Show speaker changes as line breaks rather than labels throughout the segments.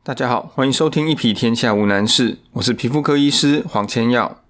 大家好，欢迎收听一匹天下无难事，我是皮肤科医师黄千耀。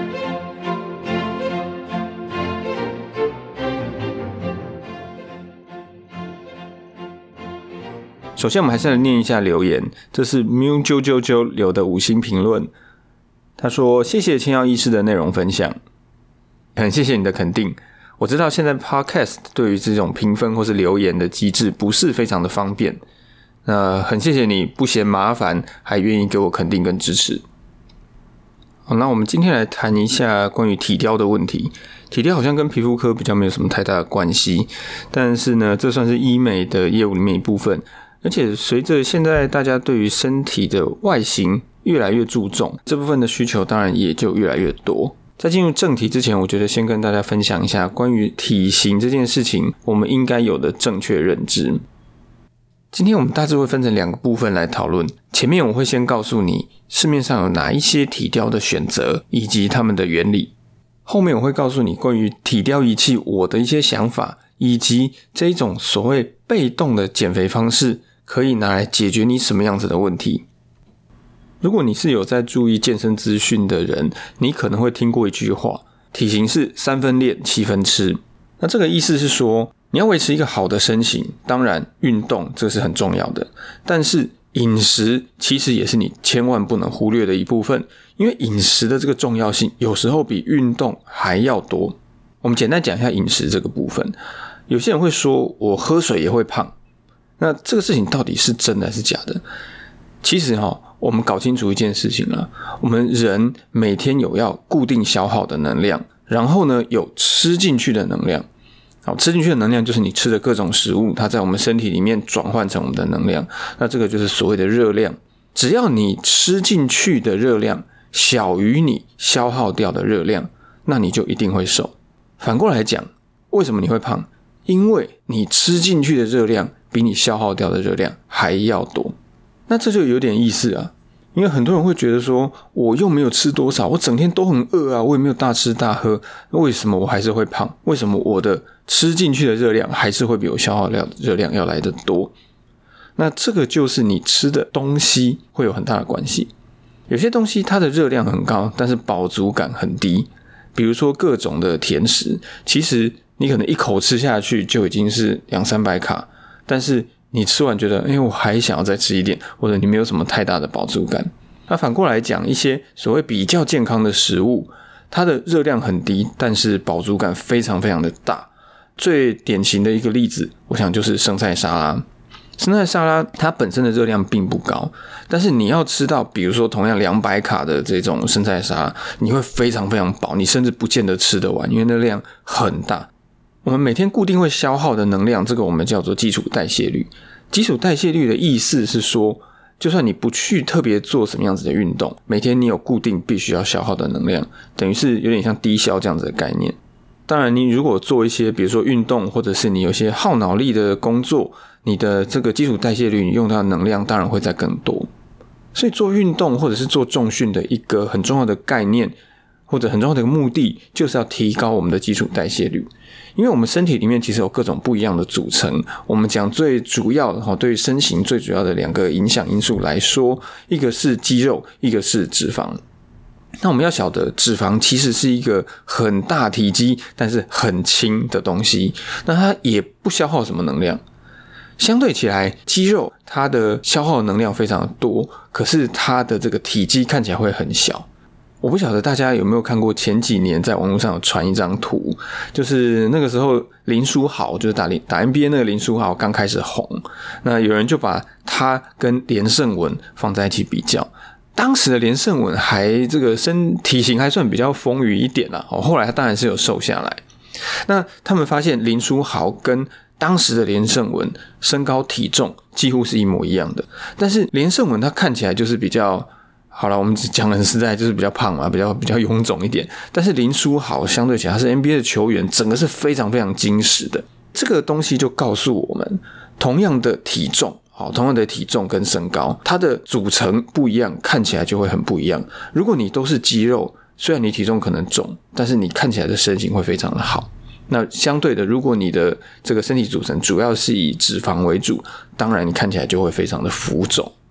首先我们还是来念一下留言，这是 Mew999 留的5星评论。他说谢谢千耀医师的内容分享，很谢谢你的肯定。我知道现在 Podcast 对于这种评分或是留言的机制不是非常的方便，很谢谢你不嫌麻烦，还愿意给我肯定跟支持。好，那我们今天来谈一下关于体雕的问题。体雕好像跟皮肤科比较没有什么太大的关系，但是呢，这算是医美的业务里面一部分。而且随着现在大家对于身体的外形越来越注重，这部分的需求当然也就越来越多。在进入正题之前，我觉得先跟大家分享一下关于体型这件事情我们应该有的正确认知。今天我们大致会分成2个部分来讨论。前面我会先告诉你市面上有哪一些体雕的选择以及它们的原理，后面我会告诉你关于体雕仪器我的一些想法，以及这一种所谓被动的减肥方式可以拿来解决你什么样子的问题。如果你是有在注意健身资讯的人，你可能会听过一句话，体型是3分练7分吃。那这个意思是说，你要维持一个好的身形，当然运动这是很重要的，但是饮食其实也是你千万不能忽略的一部分，因为饮食的这个重要性有时候比运动还要多。我们简单讲一下饮食这个部分。有些人会说我喝水也会胖，那这个事情到底是真的还是假的？其实我们搞清楚一件事情了，我们人每天有要固定消耗的能量，然后呢有吃进去的能量。好，吃进去的能量就是你吃的各种食物，它在我们身体里面转换成我们的能量，那这个就是所谓的热量。只要你吃进去的热量小于你消耗掉的热量，那你就一定会瘦。反过来讲，为什么你会胖？因为你吃进去的热量比你消耗掉的热量还要多。那这就有点意思啊，因为很多人会觉得说，我又没有吃多少，我整天都很饿啊，我也没有大吃大喝，为什么我还是会胖？为什么我的吃进去的热量还是会比我消耗掉的热量要来得多？那这个就是你吃的东西会有很大的关系。有些东西它的热量很高，但是饱足感很低，比如说各种的甜食，其实你可能一口吃下去就已经是200-300卡，但是你吃完觉得我还想要再吃一点，或者你没有什么太大的饱足感。那反过来讲，一些所谓比较健康的食物，它的热量很低，但是饱足感非常非常的大。最典型的一个例子，我想就是生菜沙拉。生菜沙拉它本身的热量并不高，但是你要吃到比如说同样200卡的这种生菜沙拉，你会非常非常饱，你甚至不见得吃得完，因为那量很大。我们每天固定会消耗的能量，这个我们叫做基础代谢率。基础代谢率的意思是说，就算你不去特别做什么样子的运动，每天你有固定必须要消耗的能量，等于是有点像低消这样子的概念。当然你如果做一些比如说运动，或者是你有些耗脑力的工作，你的这个基础代谢率你用到的能量当然会再更多。所以做运动或者是做重训的一个很重要的概念，或者很重要的一个目的，就是要提高我们的基础代谢率。因为我们身体里面其实有各种不一样的组成，我们讲最主要的对于身形最主要的2个影响因素来说，一个是肌肉，一个是脂肪。那我们要晓得，脂肪其实是一个很大体积但是很轻的东西，那它也不消耗什么能量。相对起来，肌肉它的消耗能量非常的多，可是它的这个体积看起来会很小。我不晓得大家有没有看过前几年在网络上有传一张图，就是那个时候林书豪，就是打 NBA 那个林书豪刚开始红，那有人就把他跟连胜文放在一起比较。当时的连胜文还这个体型还算比较丰腴一点啦，后来他当然是有瘦下来。那他们发现林书豪跟当时的连胜文身高体重几乎是一模一样的，但是连胜文他看起来就是比较好了，我们讲得很实在，就是比较胖嘛，比较臃肿一点。但是林书豪相对起来，他是 NBA 的球员，整个是非常非常精实的。这个东西就告诉我们，同样的体重跟身高，它的组成不一样，看起来就会很不一样。如果你都是肌肉，虽然你体重可能重，但是你看起来的身形会非常的好。那相对的，如果你的这个身体组成主要是以脂肪为主，当然你看起来就会非常的浮肿。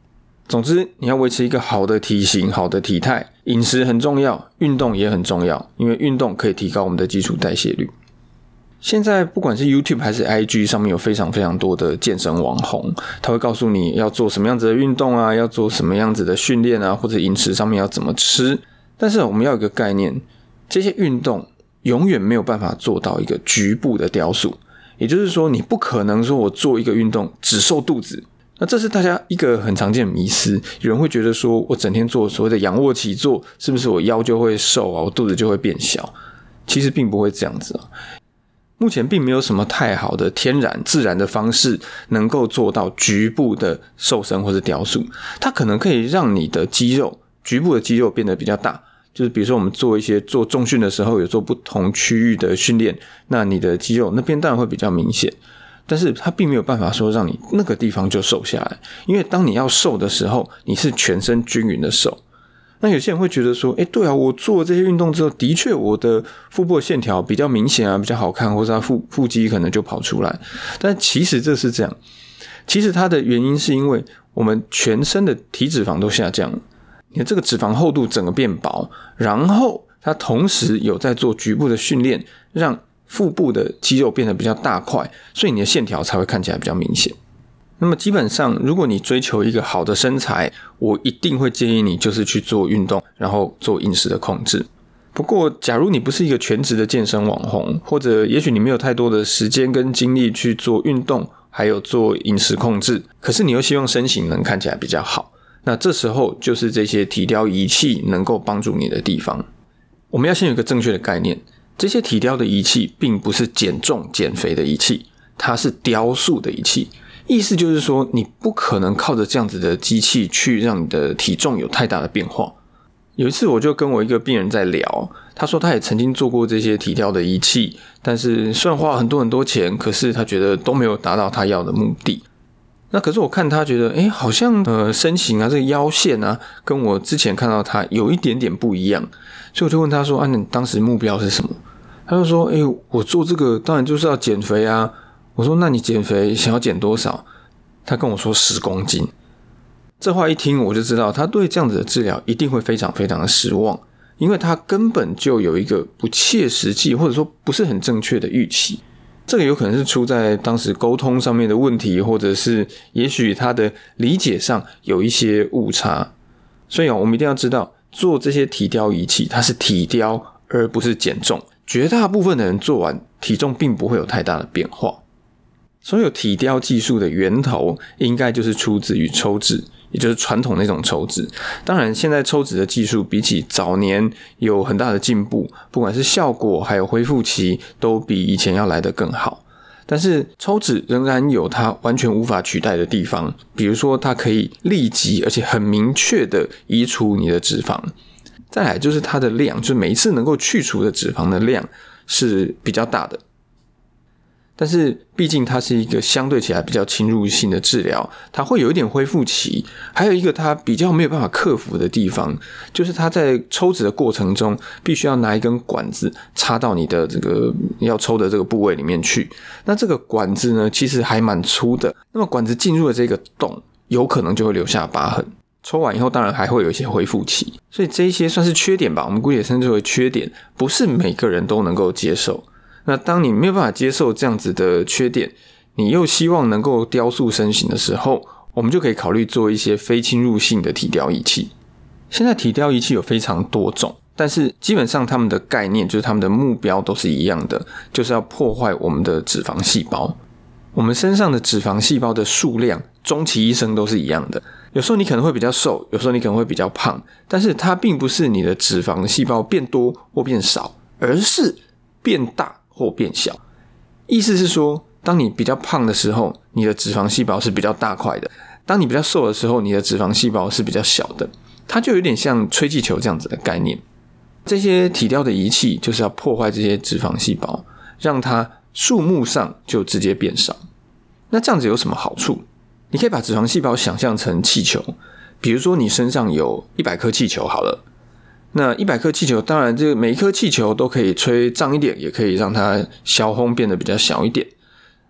总之，你要维持一个好的体型、好的体态，饮食很重要，运动也很重要，因为运动可以提高我们的基础代谢率。现在不管是 YouTube 还是 IG 上面有非常非常多的健身网红，他会告诉你要做什么样子的运动啊，要做什么样子的训练啊，或者饮食上面要怎么吃。但是我们要有一个概念，这些运动永远没有办法做到一个局部的雕塑，也就是说你不可能说我做一个运动只瘦肚子。那这是大家一个很常见的迷思，有人会觉得说我整天做所谓的仰卧起坐，是不是我腰就会瘦啊，我肚子就会变小？其实并不会这样子啊。目前并没有什么太好的天然自然的方式能够做到局部的瘦身或是雕塑，它可能可以让你的肌肉局部的肌肉变得比较大，就是比如说我们做重训的时候有做不同区域的训练，那你的肌肉那边当然会比较明显，但是它并没有办法说让你那个地方就瘦下来，因为当你要瘦的时候，你是全身均匀的瘦。那有些人会觉得说，对啊，我做这些运动之后，的确我的腹部的线条比较明显啊，比较好看，或者它腹肌可能就跑出来。但其实这是这样，其实它的原因是因为我们全身的体脂肪都下降了，你的这个脂肪厚度整个变薄，然后它同时有在做局部的训练，让腹部的肌肉变得比较大块，所以你的线条才会看起来比较明显。那么基本上如果你追求一个好的身材，我一定会建议你就是去做运动，然后做饮食的控制。不过假如你不是一个全职的健身网红，或者也许你没有太多的时间跟精力去做运动还有做饮食控制，可是你又希望身形能看起来比较好，那这时候就是这些体雕仪器能够帮助你的地方。我们要先有一个正确的概念，这些体雕的仪器并不是减重减肥的仪器，它是雕塑的仪器。意思就是说，你不可能靠着这样子的机器去让你的体重有太大的变化。有一次我就跟我一个病人在聊，他说他也曾经做过这些体雕的仪器，但是虽然花了很多很多钱，可是他觉得都没有达到他要的目的。那可是我看他觉得好像身形啊，这个腰线啊，跟我之前看到他有一点点不一样，所以我就问他说你当时目标是什么？他就说我做这个当然就是要减肥啊。我说那你减肥想要减多少？他跟我说10公斤。这话一听我就知道他对这样子的治疗一定会非常非常的失望，因为他根本就有一个不切实际或者说不是很正确的预期。这个有可能是出在当时沟通上面的问题，或者是也许他的理解上有一些误差。所以我们一定要知道，做这些体雕仪器它是体雕而不是减重，绝大部分的人做完体重并不会有太大的变化。所有体雕技术的源头应该就是出自于抽脂，也就是传统那种抽脂。当然现在抽脂的技术比起早年有很大的进步，不管是效果还有恢复期都比以前要来得更好。但是抽脂仍然有它完全无法取代的地方，比如说它可以立即而且很明确的移除你的脂肪。再来就是它的量，就是每一次能够去除的脂肪的量是比较大的。但是毕竟它是一个相对起来比较侵入性的治疗，它会有一点恢复期。还有一个它比较没有办法克服的地方，就是它在抽脂的过程中必须要拿一根管子插到你的这个要抽的这个部位里面去。那这个管子呢其实还蛮粗的，那么管子进入了这个洞，有可能就会留下疤痕。抽完以后当然还会有一些恢复期，所以这一些算是缺点吧，我们姑且称之为缺点，不是每个人都能够接受。那当你没有办法接受这样子的缺点，你又希望能够雕塑身形的时候，我们就可以考虑做一些非侵入性的体雕仪器。现在体雕仪器有非常多种，但是基本上他们的概念就是他们的目标都是一样的，就是要破坏我们的脂肪细胞。我们身上的脂肪细胞的数量终其一生都是一样的，有时候你可能会比较瘦，有时候你可能会比较胖，但是它并不是你的脂肪细胞变多或变少，而是变大或变小。意思是说，当你比较胖的时候，你的脂肪细胞是比较大块的，当你比较瘦的时候，你的脂肪细胞是比较小的。它就有点像吹气球这样子的概念。这些体雕的仪器就是要破坏这些脂肪细胞，让它数目上就直接变少。那这样子有什么好处？你可以把脂肪细胞想象成气球，比如说你身上有100颗气球好了，那100颗气球，当然这个每一颗气球都可以吹胀一点，也可以让它消风变得比较小一点。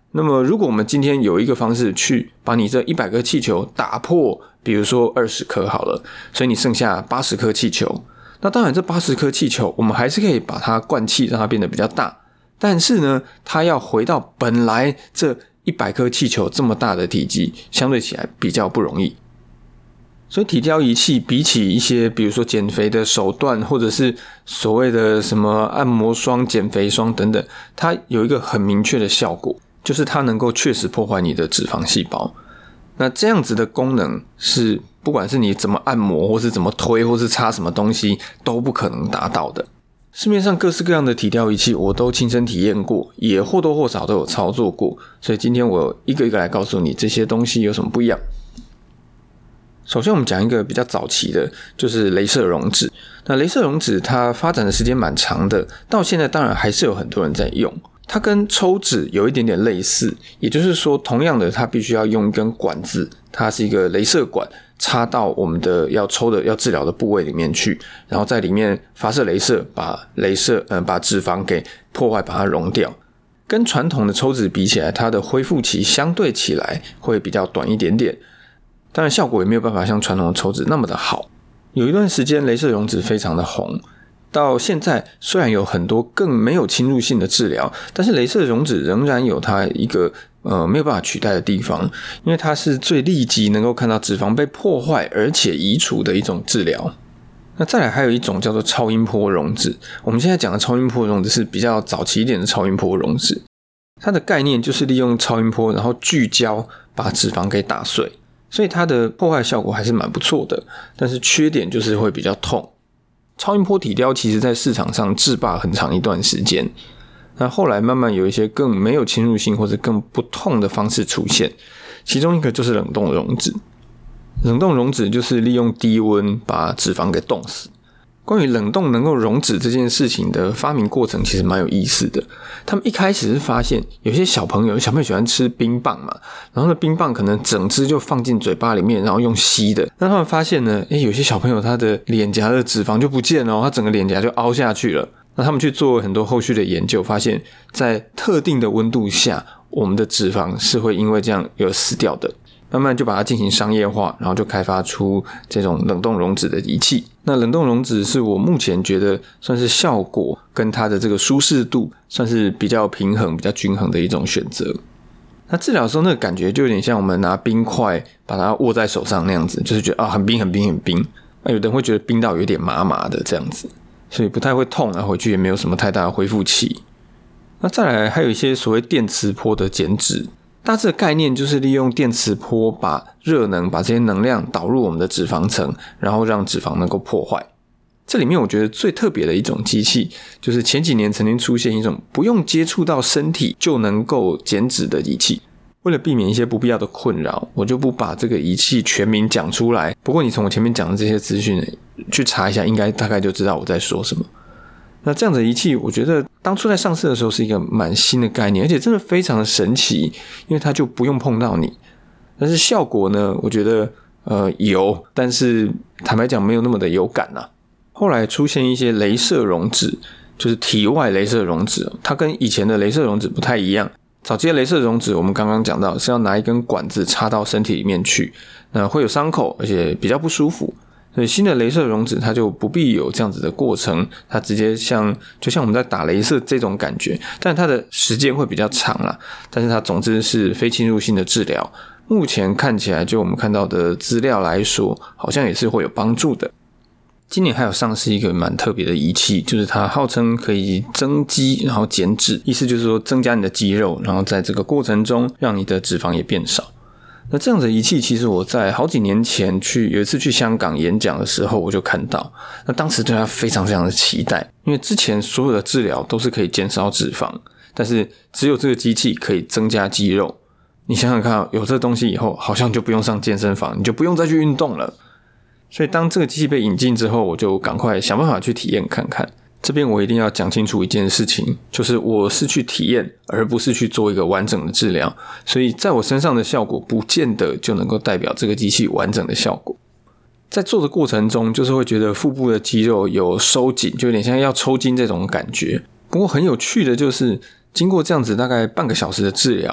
那么如果我们今天有一个方式去把你这100颗气球打破，比如说20颗好了，所以你剩下80颗气球，那当然这80颗气球我们还是可以把它灌气让它变得比较大，但是呢它要回到本来这100颗气球这么大的体积，相对起来比较不容易。所以体雕仪器比起一些比如说减肥的手段，或者是所谓的什么按摩霜、减肥霜等等，它有一个很明确的效果，就是它能够确实破坏你的脂肪细胞。那这样子的功能是不管是你怎么按摩，或是怎么推，或是插什么东西都不可能达到的。市面上各式各样的体雕仪器我都亲身体验过，也或多或少都有操作过，所以今天我一个一个来告诉你这些东西有什么不一样。首先我们讲一个比较早期的，就是雷射溶脂。那雷射溶脂它发展的时间蛮长的，到现在当然还是有很多人在用。它跟抽脂有一点点类似，也就是说同样的它必须要用一根管子，它是一个雷射管，插到我们的要抽的要治疗的部位里面去，然后在里面发射雷射，把脂肪给破坏，把它溶掉。跟传统的抽脂比起来，它的恢复期相对起来会比较短一点点，当然效果也没有办法像传统的抽脂那么的好。有一段时间雷射溶脂非常的红，到现在虽然有很多更没有侵入性的治疗，但是雷射溶脂仍然有它一个没有办法取代的地方，因为它是最立即能够看到脂肪被破坏而且移除的一种治疗。那再来还有一种叫做超音波溶脂，我们现在讲的超音波溶脂是比较早期一点的超音波溶脂，它的概念就是利用超音波然后聚焦把脂肪给打碎，所以它的破坏效果还是蛮不错的，但是缺点就是会比较痛。超音波体雕其实在市场上制霸很长一段时间，那后来慢慢有一些更没有侵入性或者更不痛的方式出现，其中一个就是冷冻溶脂。冷冻溶脂就是利用低温把脂肪给冻死。关于冷冻能够溶脂这件事情的发明过程其实蛮有意思的。他们一开始是发现有些小朋友喜欢吃冰棒嘛，然后呢冰棒可能整只就放进嘴巴里面，然后用吸的。那他们发现呢，有些小朋友他的脸颊的脂肪就不见了，他整个脸颊就凹下去了。那他们去做很多后续的研究，发现在特定的温度下，我们的脂肪是会因为这样而死掉的。慢慢就把它进行商业化，然后就开发出这种冷冻溶脂的仪器。那冷冻溶脂是我目前觉得算是效果跟它的这个舒适度算是比较平衡比较均衡的一种选择。那治疗的时候那个感觉就有点像我们拿冰块把它握在手上那样子，就是觉得很冰很冰很冰，有的人会觉得冰到有点麻麻的这样子，所以不太会痛，回去也没有什么太大的恢复期。那再来还有一些所谓电磁波的减脂，大致的概念就是利用电磁波把热能把这些能量导入我们的脂肪层，然后让脂肪能够破坏。这里面我觉得最特别的一种机器，就是前几年曾经出现一种不用接触到身体就能够减脂的仪器。为了避免一些不必要的困扰，我就不把这个仪器全名讲出来，不过你从我前面讲的这些资讯去查一下，应该大概就知道我在说什么。那这样的仪器我觉得当初在上市的时候是一个蛮新的概念，而且真的非常的神奇，因为它就不用碰到你。但是效果呢，我觉得有，但是坦白讲没有那么的有感啊。后来出现一些雷射溶脂，就是体外雷射溶脂，它跟以前的雷射溶脂不太一样。早期的雷射溶脂我们刚刚讲到是要拿一根管子插到身体里面去，那会有伤口，而且比较不舒服。所以新的雷射溶脂它就不必有这样子的过程，它直接就像我们在打雷射这种感觉，但它的时间会比较长啦，但是它总之是非侵入性的治疗。目前看起来就我们看到的资料来说，好像也是会有帮助的。今年还有上市一个蛮特别的仪器，就是它号称可以增肌然后减脂，意思就是说增加你的肌肉，然后在这个过程中让你的脂肪也变少。那这样的仪器其实我在好几年前有一次去香港演讲的时候我就看到，那当时对它非常非常的期待，因为之前所有的治疗都是可以减少脂肪，但是只有这个机器可以增加肌肉。你想想看，有这东西以后好像就不用上健身房，你就不用再去运动了。所以当这个机器被引进之后，我就赶快想办法去体验看看。这边我一定要讲清楚一件事情，就是我是去体验而不是去做一个完整的治疗，所以在我身上的效果不见得就能够代表这个机器完整的效果。在做的过程中就是会觉得腹部的肌肉有收紧，就有点像要抽筋这种感觉。不过很有趣的就是经过这样子大概半个小时的治疗，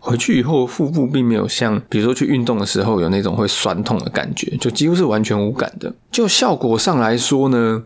回去以后腹部并没有像比如说去运动的时候有那种会酸痛的感觉，就几乎是完全无感的。就效果上来说呢，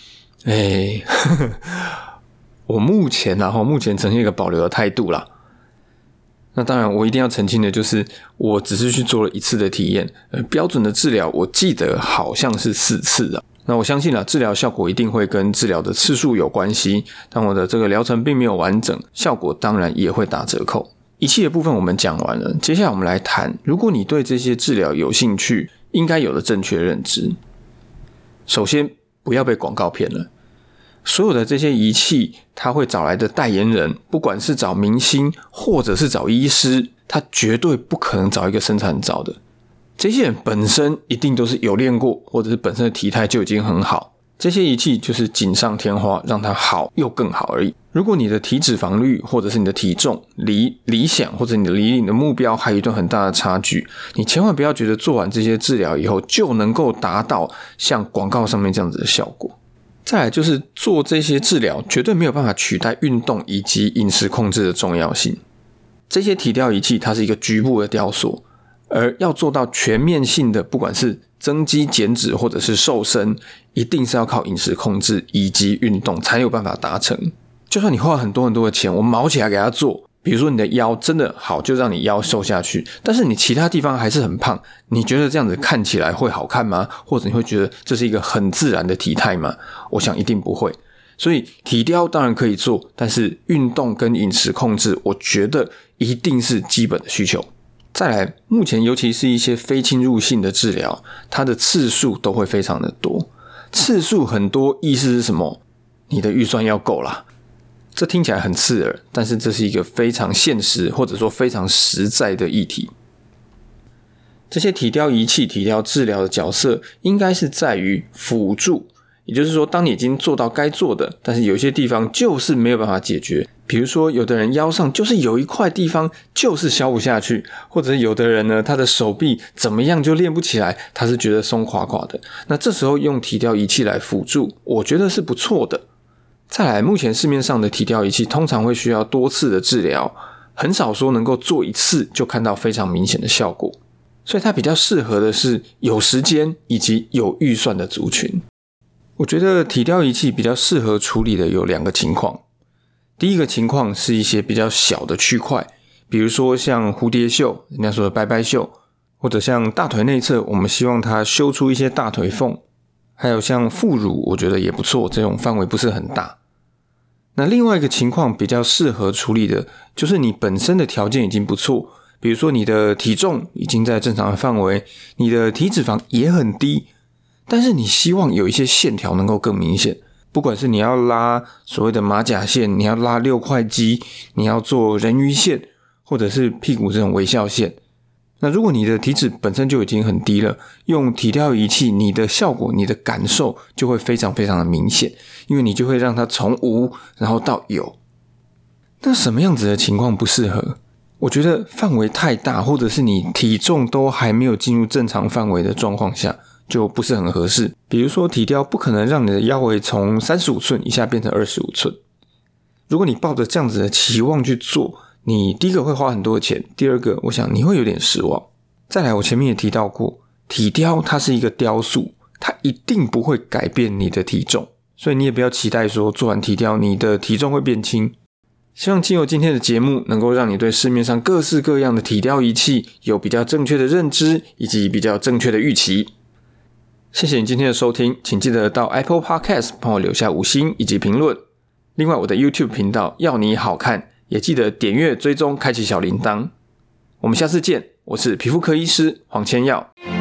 我目前呈现一个保留的态度啦。那当然我一定要澄清的就是我只是去做了1次的体验，标准的治疗我记得好像是4次啊。那我相信治疗效果一定会跟治疗的次数有关系，但我的这个疗程并没有完整，效果当然也会打折扣。仪器的部分我们讲完了，接下来我们来谈，如果你对这些治疗有兴趣，应该有的正确认知。首先，不要被广告骗了。所有的这些仪器，他会找来的代言人，不管是找明星或者是找医师，他绝对不可能找一个身材很糟的。这些人本身一定都是有练过，或者是本身的体态就已经很好。这些仪器就是锦上添花，让它好又更好而已。如果你的体脂肪率或者是你的体重离理想或者离你的目标还有一段很大的差距，你千万不要觉得做完这些治疗以后就能够达到像广告上面这样子的效果。再来就是做这些治疗绝对没有办法取代运动以及饮食控制的重要性。这些体雕仪器它是一个局部的雕塑，而要做到全面性的不管是增肌减脂或者是瘦身，一定是要靠饮食控制以及运动才有办法达成。就算你花很多的钱，我毛起来给他做，比如说你的腰真的好，就让你腰瘦下去，但是你其他地方还是很胖，你觉得这样子看起来会好看吗？或者你会觉得这是一个很自然的体态吗？我想一定不会。所以体雕当然可以做，但是运动跟饮食控制我觉得一定是基本的需求。再来，目前尤其是一些非侵入性的治疗，它的次数都会非常的多。次数很多意思是什么？你的预算要够啦。这听起来很刺耳，但是这是一个非常现实或者说非常实在的议题。这些体雕仪器、体雕治疗的角色应该是在于辅助，也就是说当你已经做到该做的，但是有些地方就是没有办法解决，比如说有的人腰上就是有一块地方就是消不下去，或者有的人呢他的手臂怎么样就练不起来，他是觉得松垮垮的，那这时候用体雕仪器来辅助我觉得是不错的。再来，目前市面上的体雕仪器通常会需要多次的治疗，很少说能够做1次就看到非常明显的效果，所以它比较适合的是有时间以及有预算的族群。我觉得体雕仪器比较适合处理的有2个情况。第一个情况是一些比较小的区块，比如说像蝴蝶袖，人家说的拜拜袖，或者像大腿内侧，我们希望它修出一些大腿缝，还有像副乳我觉得也不错，这种范围不是很大。那另外一个情况比较适合处理的就是你本身的条件已经不错，比如说你的体重已经在正常的范围，你的体脂肪也很低，但是你希望有一些线条能够更明显，不管是你要拉所谓的马甲线，你要拉6块肌，你要做人鱼线，或者是屁股这种微笑线。那如果你的体脂本身就已经很低了，用体雕仪器，你的效果你的感受就会非常非常的明显，因为你就会让它从无然后到有。那什么样子的情况不适合？我觉得范围太大，或者是你体重都还没有进入正常范围的状况下就不是很合适。比如说体雕不可能让你的腰围从35寸一下变成25寸，如果你抱着这样子的期望去做，你第一个会花很多的钱，第二个我想你会有点失望。再来，我前面也提到过，体雕它是一个雕塑，它一定不会改变你的体重，所以你也不要期待说做完体雕你的体重会变轻。希望经由今天的节目能够让你对市面上各式各样的体雕仪器有比较正确的认知以及比较正确的预期。谢谢你今天的收听，请记得到 Apple Podcast 帮我留下5星以及评论。另外我的 YouTube 频道要你好看，也记得点阅追踪开启小铃铛。我们下次见，我是皮肤科医师黄千耀。